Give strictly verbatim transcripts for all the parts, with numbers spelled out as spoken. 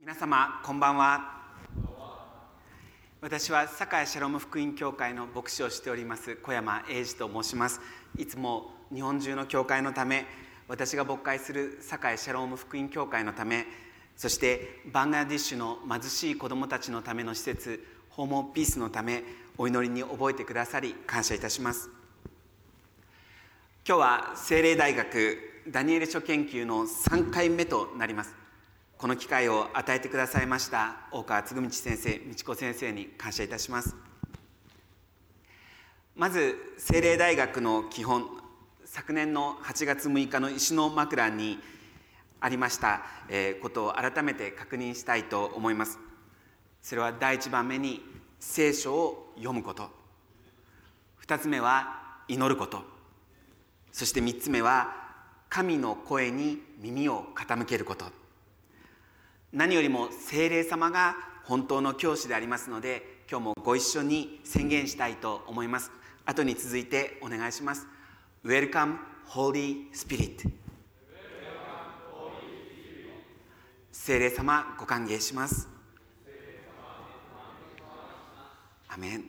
皆様こんばんは。私は堺シャローム福音教会の牧師をしております小山英二と申します。いつも日本中の教会のため、私が牧会する堺シャローム福音教会のため、そしてバングラディッシュの貧しい子どもたちのための施設ホームオブピースのためお祈りに覚えてくださり感謝いたします。今日は聖霊大学ダニエル書研究のさんかいめとなります。この機会を与えてくださいました大川嗣道先生、道子先生に感謝いたします。まず聖霊大学の基本、昨年のはちがつむいかの石の枕にありましたことを改めて確認したいと思います。それは第一番目に聖書を読むこと、二つ目は祈ること、そして三つ目は神の声に耳を傾けること。何よりも聖霊様が本当の教師でありますので、今日もご一緒に宣言したいと思います。後に続いてお願いします。 Welcome Holy Spirit。 聖霊様ご歓迎します。アメン。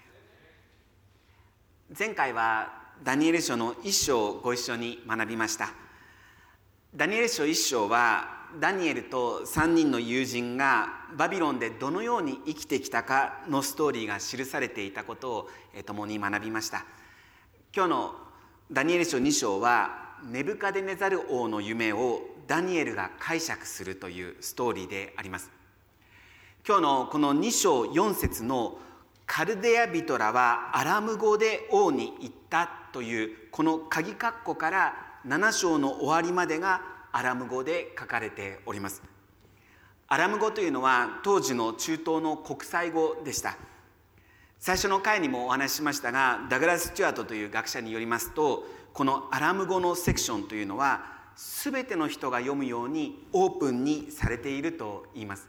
前回はダニエル書の一章をご一緒に学びました。ダニエル書一章はダニエルとさんにんの友人がバビロンでどのように生きてきたかのストーリーが記されていたことを共に学びました。今日のダニエル書に章はネブカデネザル王の夢をダニエルが解釈するというストーリーであります。今日のこのに章よん節のカルデア人らはアラム語で王に言ったというこの鍵括弧からなな章の終わりまでがアラム語で書かれております。アラム語というのは当時の中東の国際語でした。最初の回にもお話ししましたが、ダグラス・スチュアートという学者によりますと、このアラム語のセクションというのは全ての人が読むようにオープンにされていると言います。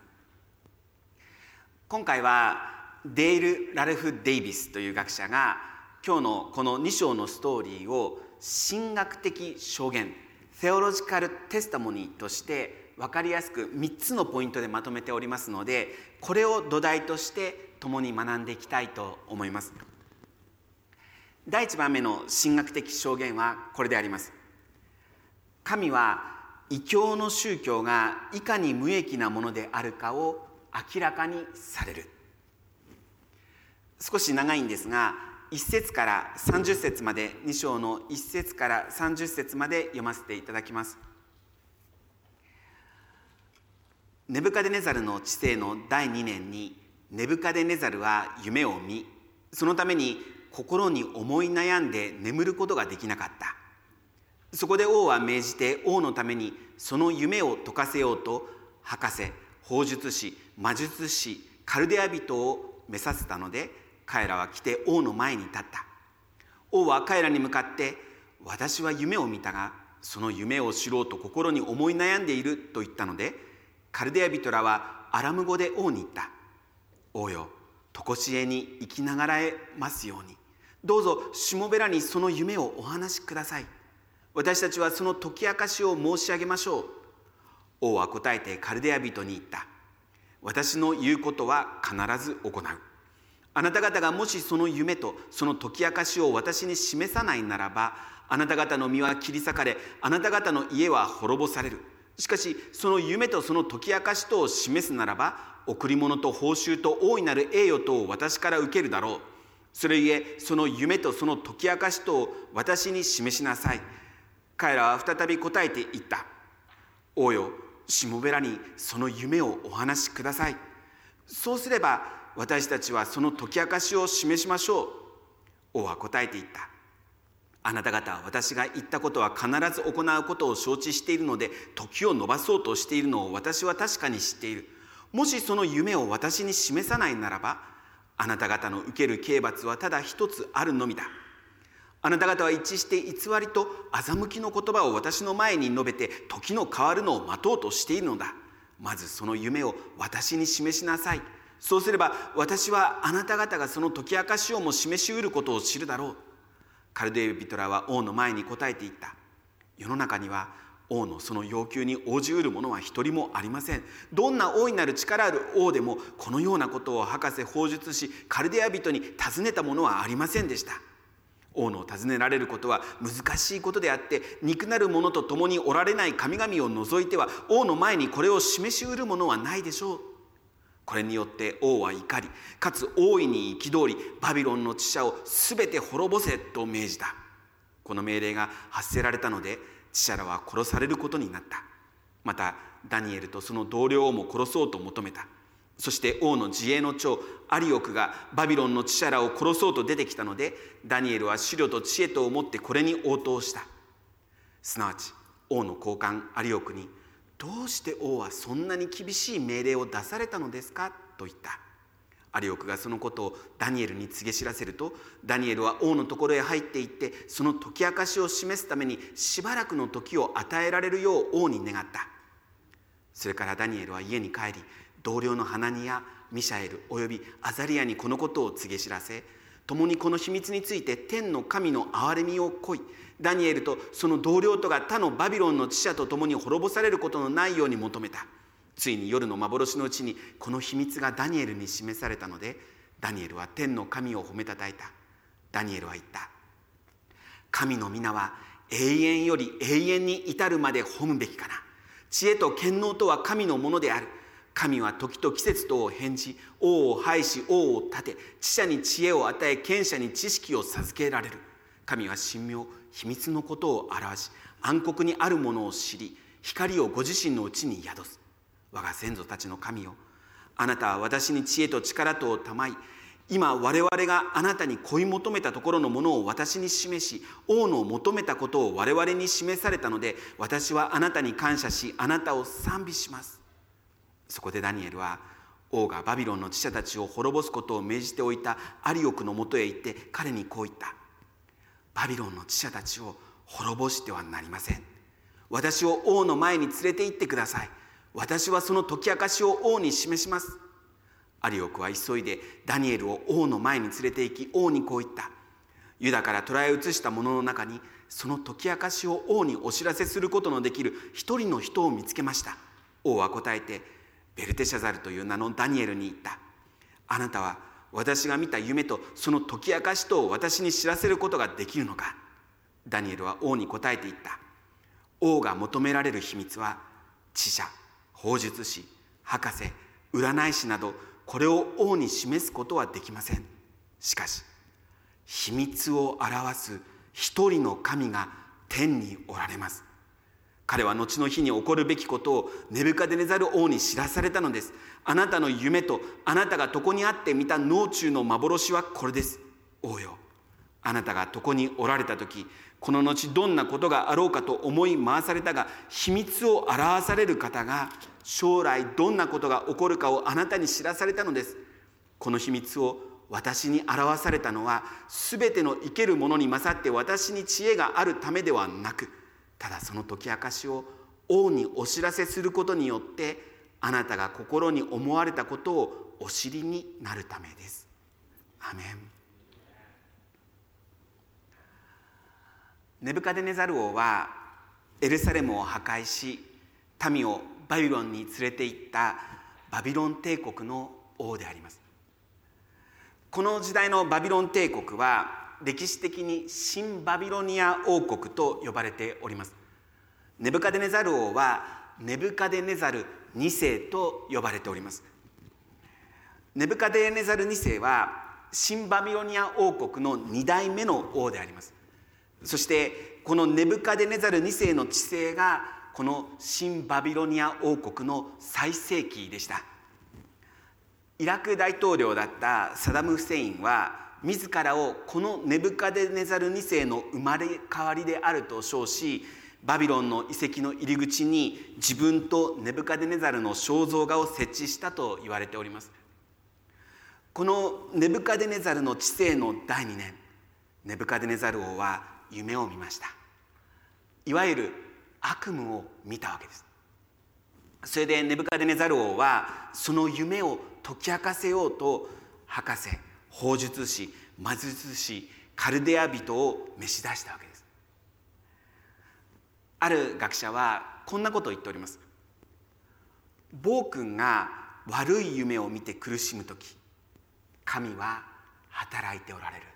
今回はデイル・ラルフ・デイビスという学者が今日のこのに章のストーリーを神学的証言、セオロジカルテスタモニーとして分かりやすくみっつのポイントでまとめておりますので、これを土台として共に学んでいきたいと思います。第一番目の神学的証言はこれであります。神は異教の宗教がいかに無益なものであるかを明らかにされる。少し長いんですが、いち節からさんじゅっ節まで、に章のいち節からさんじゅっ節まで読ませていただきます。ネブカデネザルの治世のだいにねんにネブカデネザルは夢を見、そのために心に思い悩んで眠ることができなかった。そこで王は命じて王のためにその夢を解かせようと博士、砲術師、魔術師、カルデア人を召させたので、彼らは来て王の前に立った。王は彼らに向かって、私は夢を見たがその夢を知ろうと心に思い悩んでいると言ったので、カルデア人らはアラム語で王に言った。王よ、常しえに生きながらえますように、どうぞしもべらにその夢をお話しください。私たちはその解き明かしを申し上げましょう。王は答えてカルデア人に言った。私の言うことは必ず行う。あなた方がもしその夢とその解き明かしを私に示さないならば、あなた方の身は切り裂かれ、あなた方の家は滅ぼされる。しかしその夢とその解き明かしとを示すならば、贈り物と報酬と大いなる栄誉とを私から受けるだろう。それゆえその夢とその解き明かしとを私に示しなさい。彼らは再び答えて言った。王よ、しもべらにその夢をお話しください。そうすれば私たちはその解き明かしを示しましょう。王は答えて言った。あなた方は私が言ったことは必ず行うことを承知しているので、時を延ばそうとしているのを私は確かに知っている。もしその夢を私に示さないならば、あなた方の受ける刑罰はただ一つあるのみだ。あなた方は一致して偽りと欺きの言葉を私の前に述べて、時の変わるのを待とうとしているのだ。まずその夢を私に示しなさい。そうすれば私はあなた方がその解き明かしをも示しうることを知るだろう。カルデア人らは王の前に答えていった。世の中には王のその要求に応じうる者は一人もありません。どんな大いなる力ある王でもこのようなことを博士砲術師カルデア人に尋ねたものはありませんでした。王の尋ねられることは難しいことであって、肉なる者と共におられない神々を除いては王の前にこれを示しうるものはないでしょう。これによって王は怒り、かつ大いに憤り、バビロンの知者をすべて滅ぼせと命じた。この命令が発せられたので、知者らは殺されることになった。またダニエルとその同僚をも殺そうと求めた。そして王の自衛の長アリオクがバビロンの知者らを殺そうと出てきたので、ダニエルは思慮と知恵と思ってこれに応答した。すなわち王の高官アリオクに、どうして王はそんなに厳しい命令を出されたのですかと言った。アリオクがそのことをダニエルに告げ知らせると、ダニエルは王のところへ入っていって、その解き明かしを示すためにしばらくの時を与えられるよう王に願った。それからダニエルは家に帰り、同僚のハナニヤ、ミシャエルおよびアザリアにこのことを告げ知らせ、共にこの秘密について天の神の憐れみを乞い、ダニエルとその同僚とが他のバビロンの知者と共に滅ぼされることのないように求めた。ついに夜の幻のうちにこの秘密がダニエルに示されたので、ダニエルは天の神を褒めたたえた。ダニエルは言った。神の皆は永遠より永遠に至るまで褒むべきかな。知恵と権能とは神のものである。神は時と季節とを変じ、王を拝し王を立て、知者に知恵を与え、賢者に知識を授けられる。神は神妙、秘密のことを表し、暗黒にあるものを知り、光をご自身のうちに宿す。我が先祖たちの神よ、あなたは私に知恵と力とをたまい、今我々があなたに恋求めたところのものを私に示し、王の求めたことを我々に示されたので、私はあなたに感謝し、あなたを賛美します。そこでダニエルは王がバビロンの知者たちを滅ぼすことを命じておいたアリオクのもとへ行って彼にこう言った。バビロンの知者たちを滅ぼしてはなりません。私を王の前に連れて行ってください。私はその解き明かしを王に示します。アリオクは急いでダニエルを王の前に連れて行き、王にこう言った。ユダから捕らえ移した者の中にその解き明かしを王にお知らせすることのできる一人の人を見つけました。王は答えてベルテシャザルという名のダニエルに言った。あなたは私が見た夢とその解き明かしとを私に知らせることができるのか。ダニエルは王に答えて言った。王が求められる秘密は知者、砲術師、博士、占い師など、これを王に示すことはできません。しかし秘密を表す一人の神が天におられます。彼は後の日に起こるべきことをネブカデネザル王に知らされたのです。あなたの夢とあなたが床にあって見た脳中の幻はこれです。王よ、あなたが床におられた時、この後どんなことがあろうかと思い回されたが、秘密を表される方が将来どんなことが起こるかをあなたに知らされたのです。この秘密を私に表されたのは、すべての生けるものに勝って私に知恵があるためではなく、ただその解き明かしを王にお知らせすることによって、あなたが心に思われたことをお知りになるためです。アメン。ネブカデネザル王はエルサレムを破壊し、民をバビロンに連れて行ったバビロン帝国の王であります。この時代のバビロン帝国は歴史的に新バビロニア王国と呼ばれております。ネブカデネザル王はネブカデネザルに世と呼ばれております。ネブカデネザルに世は新バビロニア王国のに代目の王であります。そしてこのネブカデネザルに世の治世がこの新バビロニア王国の最盛期でした。イラク大統領だったサダム・フセインは自らをこのネブカデネザルに世の生まれ変わりであると称し、バビロンの遺跡の入り口に自分とネブカデネザルの肖像画を設置したと言われております。このネブカデネザルの治世のだいにねん、ネブカデネザル王は夢を見ました。いわゆる悪夢を見たわけです。それでネブカデネザル王はその夢を解き明かせようと、博士、砲術師、魔術師、カルデア人を召し出したわけです。ある学者はこんなことを言っております。暴君が悪い夢を見て苦しむとき、神は働いておられる。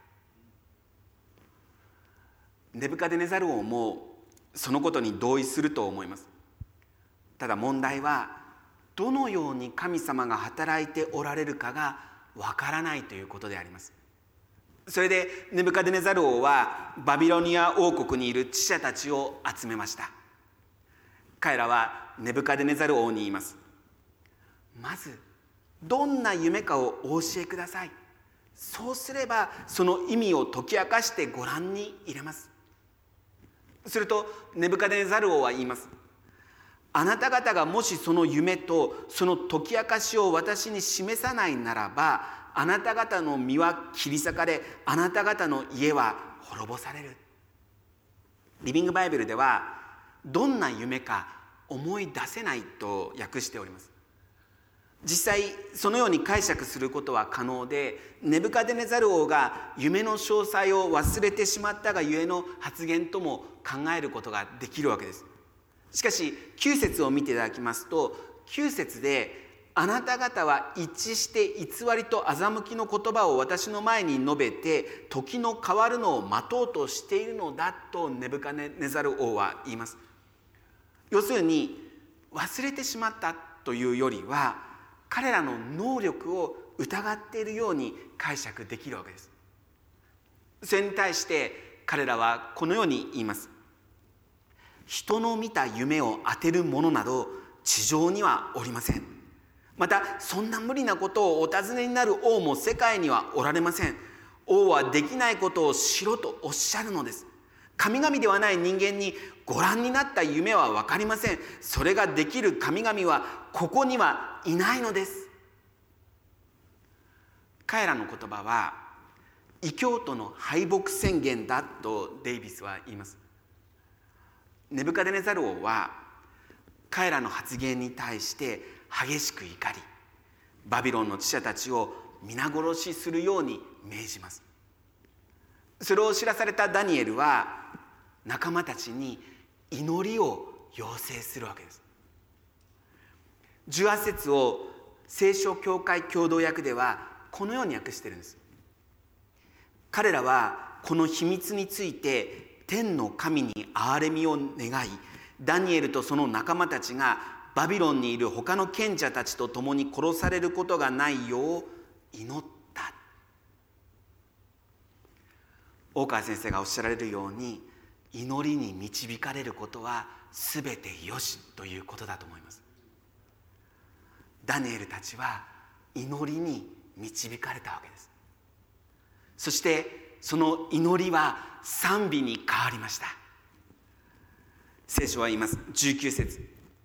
ネブカデネザル王もそのことに同意すると思います。ただ問題は、どのように神様が働いておられるかがわからないということであります。それでネブカデネザル王はバビロニア王国にいる知者たちを集めました。彼らはネブカデネザル王に言います。まずどんな夢かをお教えください。そうすればその意味を解き明かしてご覧に入れます。するとネブカデネザル王は言います。あなた方がもしその夢とその解き明かしを私に示さないならば、あなた方の身は切り裂かれ、あなた方の家は滅ぼされる。リビングバイブルでは、どんな夢か思い出せないと訳しております。実際そのように解釈することは可能で、ネブカデネザル王が夢の詳細を忘れてしまったがゆえの発言とも考えることができるわけです。しかしきゅう節を見ていただきますと、きゅう節であなた方は一致して偽りと欺きの言葉を私の前に述べて、時の変わるのを待とうとしているのだとネブカデネザル王は言います。要するに忘れてしまったというよりは、彼らの能力を疑っているように解釈できるわけです。それに対して彼らはこのように言います。人の見た夢を当てる者など地上にはおりません。またそんな無理なことをお尋ねになる王も世界にはおられません。王はできないことをしろとおっしゃるのです。神々ではない人間にご覧になった夢は分かりません。それができる神々はここにはいないのです。彼らの言葉は異教徒の敗北宣言だとデイビスは言います。ネブカデネザル王は彼らの発言に対して激しく怒り、バビロンの知者たちを皆殺しするように命じます。それを知らされたダニエルは仲間たちに祈りを要請するわけです。じゅうはち節を聖書教会共同訳ではこのように訳しているんです。彼らはこの秘密について天の神に憐れみを願い、ダニエルとその仲間たちがバビロンにいる他の賢者たちと共に殺されることがないよう祈った。大川先生がおっしゃられるように、祈りに導かれることはすべてよしということだと思います。ダニエルたちは祈りに導かれたわけです。そしてその祈りは賛美に変わりました。聖書は言います。じゅうきゅう節、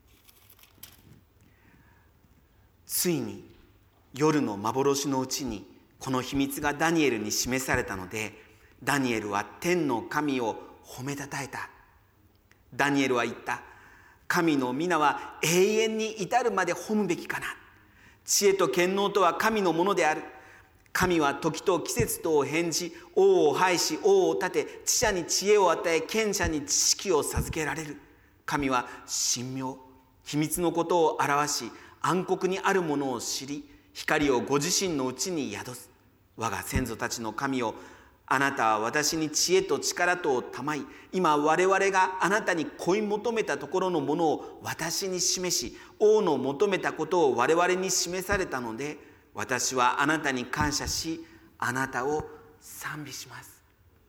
ついに夜の幻のうちにこの秘密がダニエルに示されたので、ダニエルは天の神を褒めたたえた。ダニエルは言った。神の皆は永遠に至るまで褒むべきかな。知恵と権能とは神のものである。神は時と季節とを変じ、王を拝し王を立て、知者に知恵を与え、賢者に知識を授けられる。神は神妙、秘密のことを表し、暗黒にあるものを知り、光をご自身のうちに宿す。我が先祖たちの神よ、あなたは私に知恵と力とをたまい、今我々があなたに恋求めたところのものを私に示し、王の求めたことを我々に示されたので、私はあなたに感謝し、あなたを賛美します。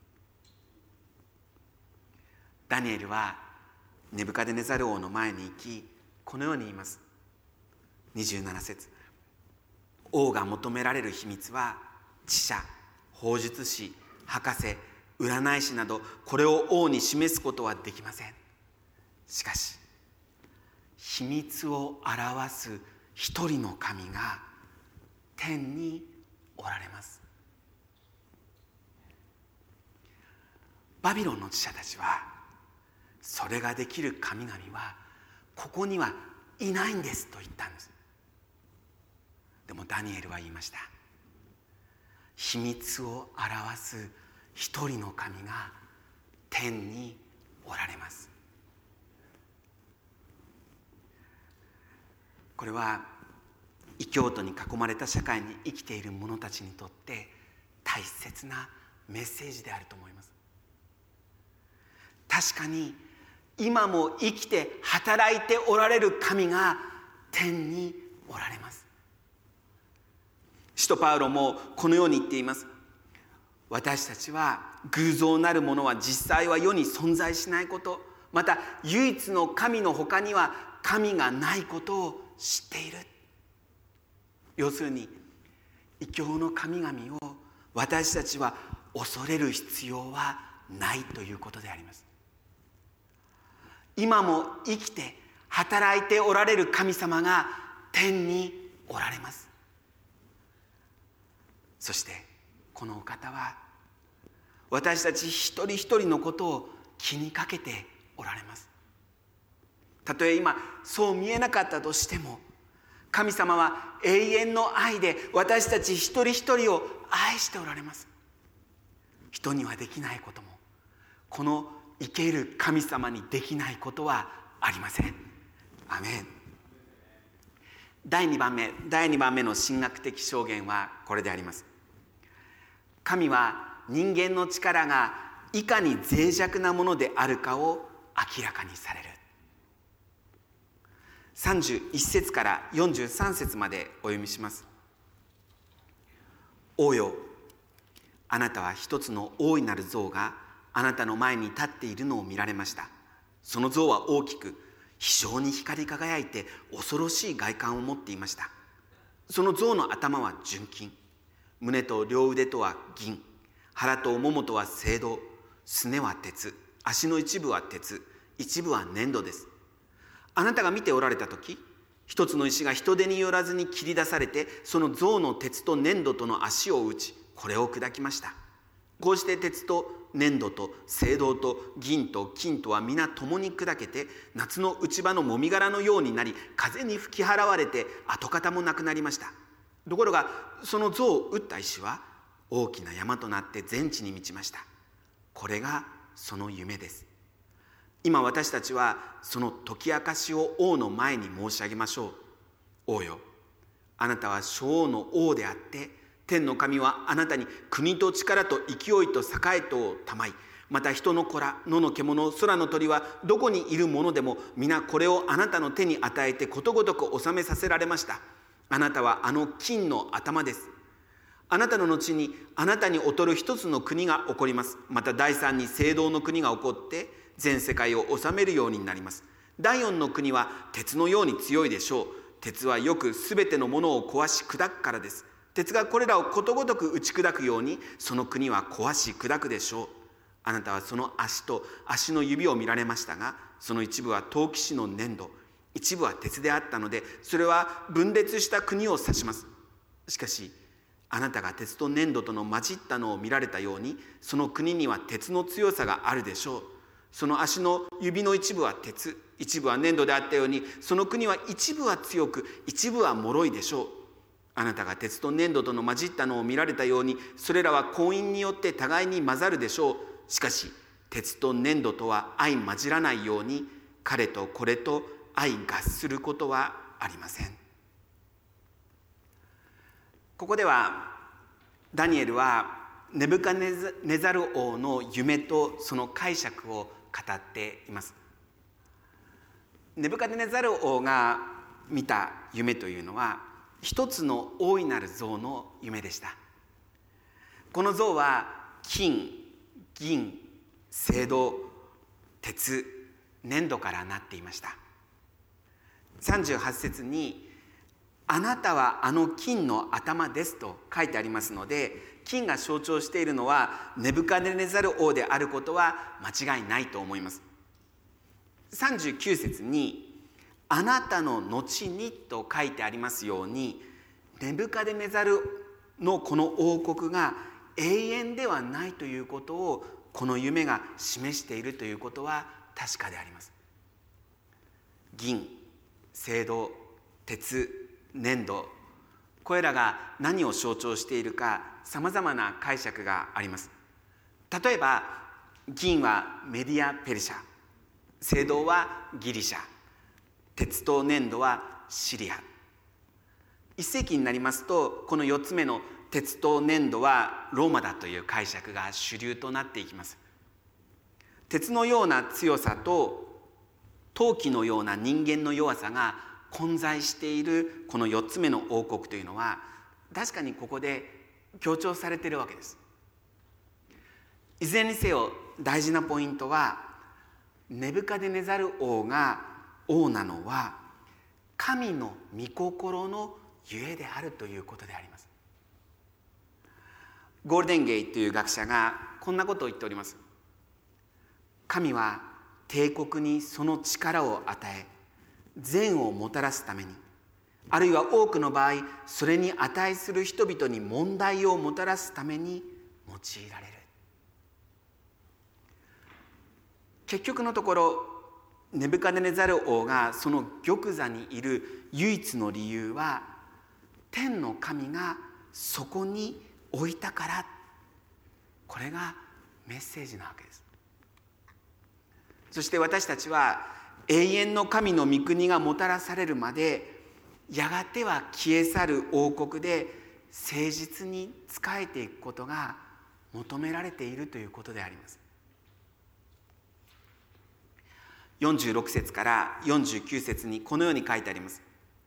ダニエルはネブカデネザル王の前に行き、このように言います。にじゅうなな節、王が求められる秘密は知者、方術師、博士、占い師など、これを王に示すことはできません。しかし秘密を表す一人の神が天におられます。バビロンの知者たちは、それができる神々はここにはいないんですと言ったんです。でもダニエルは言いました。秘密を表す一人の神が天におられます。 これは異教徒に囲まれた社会に生きている者たちにとって大切なメッセージであると思います。確かに今も生きて働いておられる神が天におられます。使徒パウロもこのように言っています。私たちは偶像なるものは実際は世に存在しないこと、また唯一の神の他には神がないことを知っている。要するに異教の神々を私たちは恐れる必要はないということであります。今も生きて働いておられる神様が天におられます。そしてこのお方は私たち一人一人のことを気にかけておられます。たとえ今そう見えなかったとしても、神様は永遠の愛で私たち一人一人を愛しておられます。人にはできないこともこの生ける神様にできないことはありません。アメン。だいにばんめだいにばんめの神学的証言はこれであります。神は人間の力がいかに脆弱なものであるかを明らかにされる。さんじゅういっ節からよんじゅうさん節までお読みします。王よ、あなたは一つの大いなる像があなたの前に立っているのを見られました。その像は大きく非常に光り輝いて恐ろしい外観を持っていました。その像の頭は純金、胸と両腕とは銀、腹とももとは青銅、すねは鉄、足の一部は鉄、一部は粘土です。あなたが見ておられたとき、一つの石が人手によらずに切り出されて、その像の鉄と粘土との足を打ち、これを砕きました。こうして鉄と粘土と青銅と銀と金とは皆共に砕けて、夏の内場のもみ殻のようになり、風に吹き払われて跡形もなくなりました。ところがその像を打った石は大きな山となって全地に満ちました。これがその夢です。今私たちはその解き明かしを王の前に申し上げましょう。王よ、あなたは諸王の王であって、天の神はあなたに国と力と勢いと栄えとをたまい、また人の子ら、野の獣、空の鳥はどこにいるものでも皆これをあなたの手に与えてことごとく治めさせられました。あなたはあの金の頭です。あなたの後にあなたに劣る一つの国が起こります。また第三に青銅の国が起こって全世界を治めるようになります。第四の国は鉄のように強いでしょう。鉄はよくすべてのものを壊し砕くからです。鉄がこれらをことごとく打ち砕くように、その国は壊し砕くでしょう。あなたはその足と足の指を見られましたが、その一部は陶器師の粘土、一部は鉄であったので、それは分裂した国を指します。しかしあなたが鉄と粘土との混じったのを見られたように、その国には鉄の強さがあるでしょう。その足の指の一部は鉄、一部は粘土であったように、その国は一部は強く、一部は脆いでしょう。あなたが鉄と粘土との混じったのを見られたように、それらは婚姻によって互いに混ざるでしょう。しかし鉄と粘土とは相混じらないように、彼とこれと相合することはありません。ここではダニエルはネブカネザル王の夢とその解釈を語っています。ネブカネザル王が見た夢というのは一つの大いなる像の夢でした。この像は金、銀、青銅、鉄、粘土からなっていました。さんじゅうはち節にあなたはあの金の頭ですと書いてありますので、金が象徴しているのはネブカデネザル王であることは間違いないと思います。さんじゅうきゅう節にあなたの後にと書いてありますように、ネブカデネザルのこの王国が永遠ではないということをこの夢が示しているということは確かであります。銀、青銅、鉄、粘土、これらが何を象徴しているかさまざまな解釈があります。例えば銀はメディア・ペルシャ、青銅はギリシャ、鉄と粘土はシリア、 いっ世紀になりますと、このよっつめの鉄と粘土はローマだという解釈が主流となっていきます。鉄のような強さと陶器のような人間の弱さが混在しているこのよっつめの王国というのは、確かにここで強調されているわけです。いずれにせよ大事なポイントは、ネブカデネザル王が王なのは神の御心のゆえであるということであります。ゴールデンゲイという学者がこんなことを言っております。神は帝国にその力を与え、善をもたらすために、あるいは多くの場合それに値する人々に問題をもたらすために用いられる。結局のところ、ネブカデネザル王がその玉座にいる唯一の理由は、天の神がそこに置いたから、これがメッセージなわけです。そして私たちは永遠の神の御国がもたらされるまで、やがては消え去る王国で誠実に仕えていくことが求められているということであります。よんじゅうろく節からよんじゅうきゅう節にこのように書いてあります。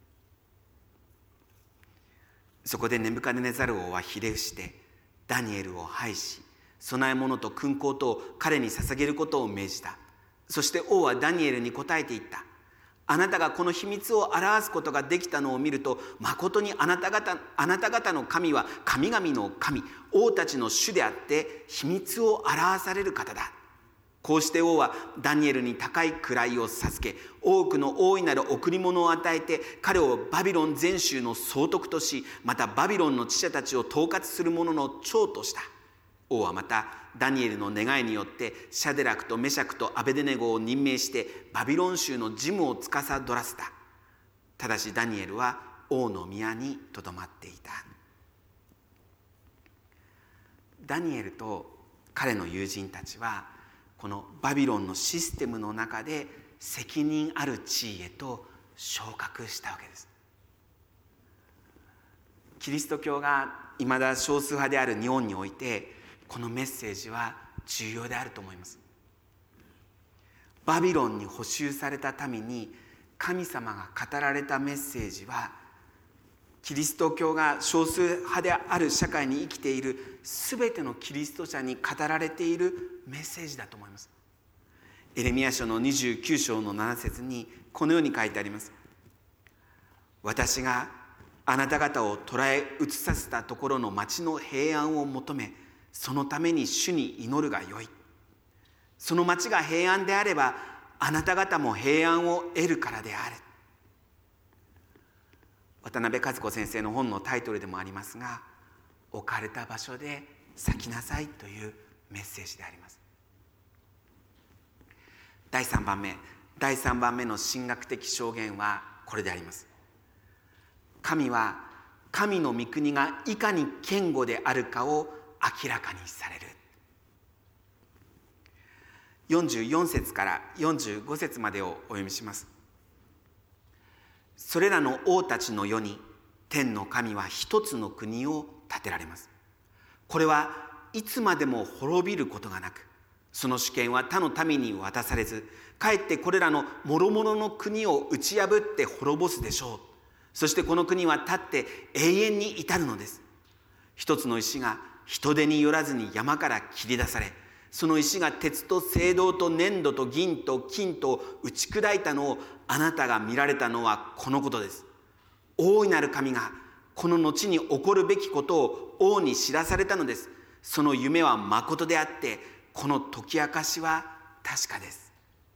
そこでネブカデネザル王はひれ伏してダニエルを拝し、供え物と勲功とを彼に捧げることを命じた。そして王はダニエルに答えていった。あなたがこの秘密を表すことができたのを見ると、まことにあなた方、あなた方の神は神々の神、王たちの主であって秘密を表される方だ。こうして王はダニエルに高い位を授け、多くの大いなる贈り物を与えて、彼をバビロン全州の総督とし、またバビロンの知者たちを統括する者の長とした。王はまたダニエルの願いによってシャデラクとメシャクとアベデネゴを任命してバビロン州の事務を司らせた。ただしダニエルは王の宮にとどまっていた。ダニエルと彼の友人たちはこのバビロンのシステムの中で責任ある地位へと昇格したわけです。キリスト教がいまだ少数派である日本において、このメッセージは重要であると思います。バビロンに捕囚された民に神様が語られたメッセージは、キリスト教が少数派である社会に生きているすべてのキリスト者に語られているメッセージだと思います。エレミヤ書のにじゅうきゅう章のなな節にこのように書いてあります。私があなた方を捕らえ移させたところの町の平安を求め、そのために主に祈るがよい。その町が平安であれば、あなた方も平安を得るからである。渡辺和子先生の本のタイトルでもありますが、置かれた場所で咲きなさいというメッセージであります。だいさんばんめ、だいさんばんめの神学的証言はこれであります。神は神の御国がいかに堅固であるかを明らかにされる。よんじゅうよん節からよんじゅうご節までをお読みします。それらの王たちの世に天の神は一つの国を建てられます。これはいつまでも滅びることがなく、その主権は他の民に渡されず、かえってこれらの諸々の国を打ち破って滅ぼすでしょう。そしてこの国は立って永遠に至るのです。一つの石が人手によらずに山から切り出され、その石が鉄と青銅と粘土と銀と金と打ち砕いたのをあなたが見られたのはこのことです。大いなる神がこの後に起こるべきことを王に知らされたのです。その夢はまことであって、この解き明かしは確かです。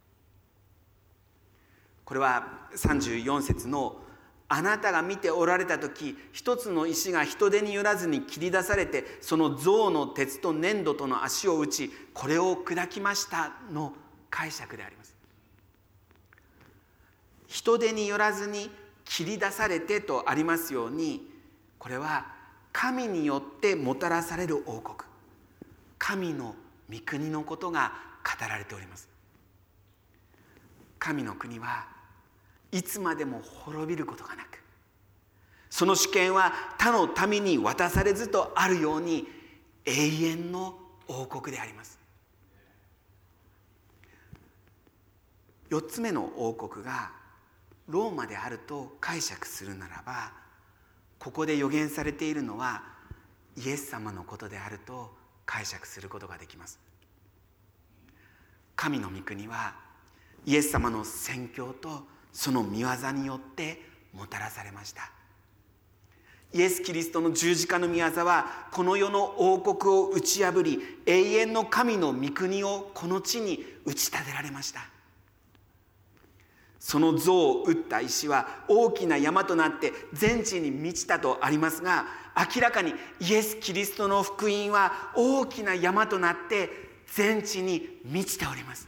これはさんじゅうよん節のあなたが見ておられた時、一つの石が人手によらずに切り出されて、その象の鉄と粘土との足を打ち、これを砕きましたの解釈であります。人手によらずに切り出されてとありますように、これは神によってもたらされる王国、神の御国のことが語られております。神の国はいつまでも滅びることがなく、 その主権は他の民に渡されずとあるように、永遠の王国であります。よっつめの王国がローマであると解釈するならば、ここで予言されているのはイエス様のことであると解釈することができます。神の御国はイエス様の宣教とその御業によってもたらされました。イエス・キリストの十字架の御業はこの世の王国を打ち破り、永遠の神の御国をこの地に打ち立てられました。その像を打った石は大きな山となって全地に満ちたとありますが、明らかにイエス・キリストの福音は大きな山となって全地に満ちております。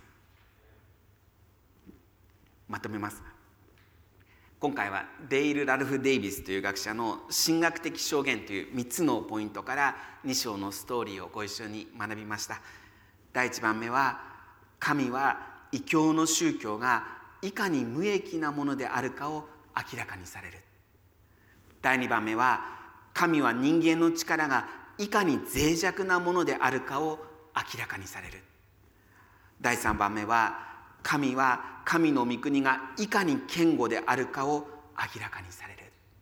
まとめます。今回はデイル・ラルフ・デイビスという学者の神学的証言というみっつのポイントからに章のストーリーをご一緒に学びました。だいいちばんめは、神は異教の宗教がいかに無益なものであるかを明らかにされる。だいにばんめは、神は人間の力がいかに脆弱なものであるかを明らかにされる。だいさんばんめは、神は神の御国がいかに堅固であるかを明らかにされる。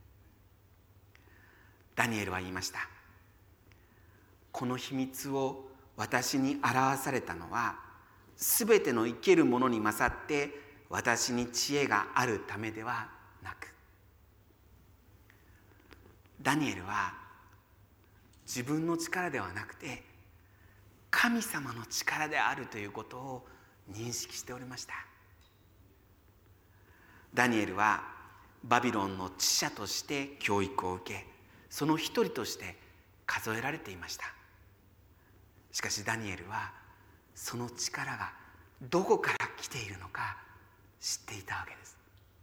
ダニエルは言いました。この秘密を私に表されたのは、すべての生けるものに勝って私に知恵があるためではなく。ダニエルは自分の力ではなくて神様の力であるということを認識しておりました。ダニエルはバビロンの知者として教育を受け、その一人として数えられていました。しかしダニエルはその力がどこから来ているのか知っていたわけです。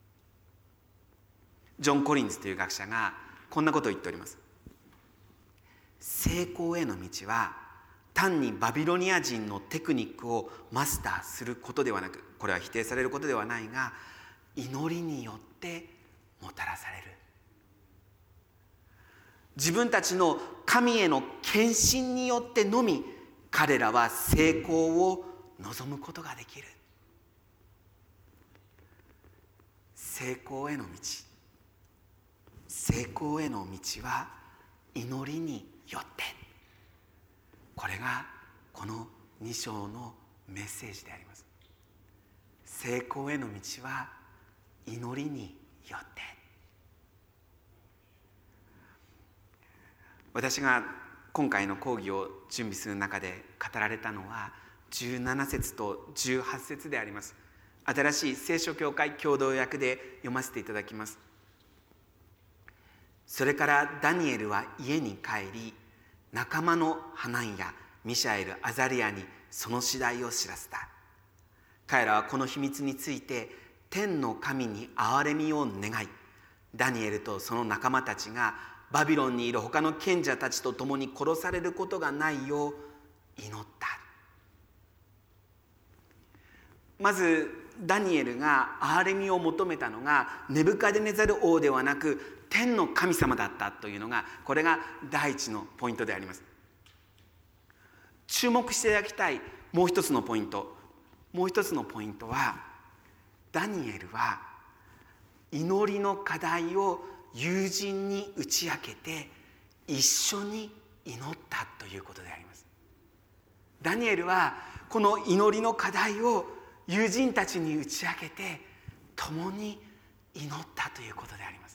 ジョン・コリンズという学者がこんなことを言っております。成功への道は単にバビロニア人のテクニックをマスターすることではなく、これは否定されることではないが、祈りによってもたらされる。自分たちの神への献身によってのみ彼らは成功を望むことができる。成功への道、成功への道は祈りによって。これがこのに章のメッセージであります。成功への道は祈りによって。私が今回の講義を準備する中で語られたのはじゅうなな節とじゅうはち節であります。新しい聖書教会共同訳で読ませていただきます。それからダニエルは家に帰り、仲間のハナンやミシャエル、アザリアにその次第を知らせた。彼らはこの秘密について天の神に憐れみを願い、ダニエルとその仲間たちがバビロンにいる他の賢者たちと共に殺されることがないよう祈った。まずダニエルが憐れみを求めたのがネブカデネザル王ではなく天の神様だったというのが、これが第一のポイントであります。注目していただきたいもう一つのポイントもう一つのポイントは、ダニエルは祈りの課題を友人に打ち明けて一緒に祈ったということであります。ダニエルはこの祈りの課題を友人たちに打ち明けて共に祈ったということであります。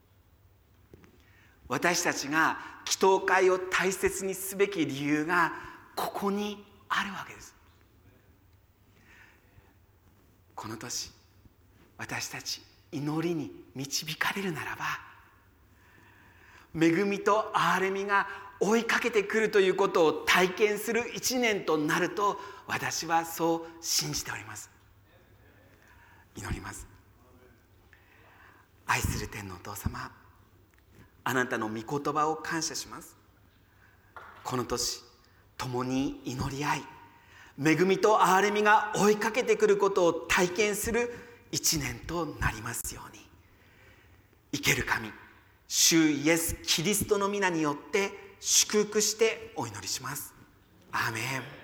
私たちが祈祷会を大切にすべき理由がここにあるわけです。この年、私たち祈りに導かれるならば、恵みと憐れみが追いかけてくるということを体験する一年となると、私はそう信じております。祈ります。愛する天のお父様、あなたの御言葉を感謝します。この年、共に祈り合い、恵みと憐れみが追いかけてくることを体験する一年となりますように。生ける神、 主イエス・キリストの皆によって祝福してお祈りします。アーメン。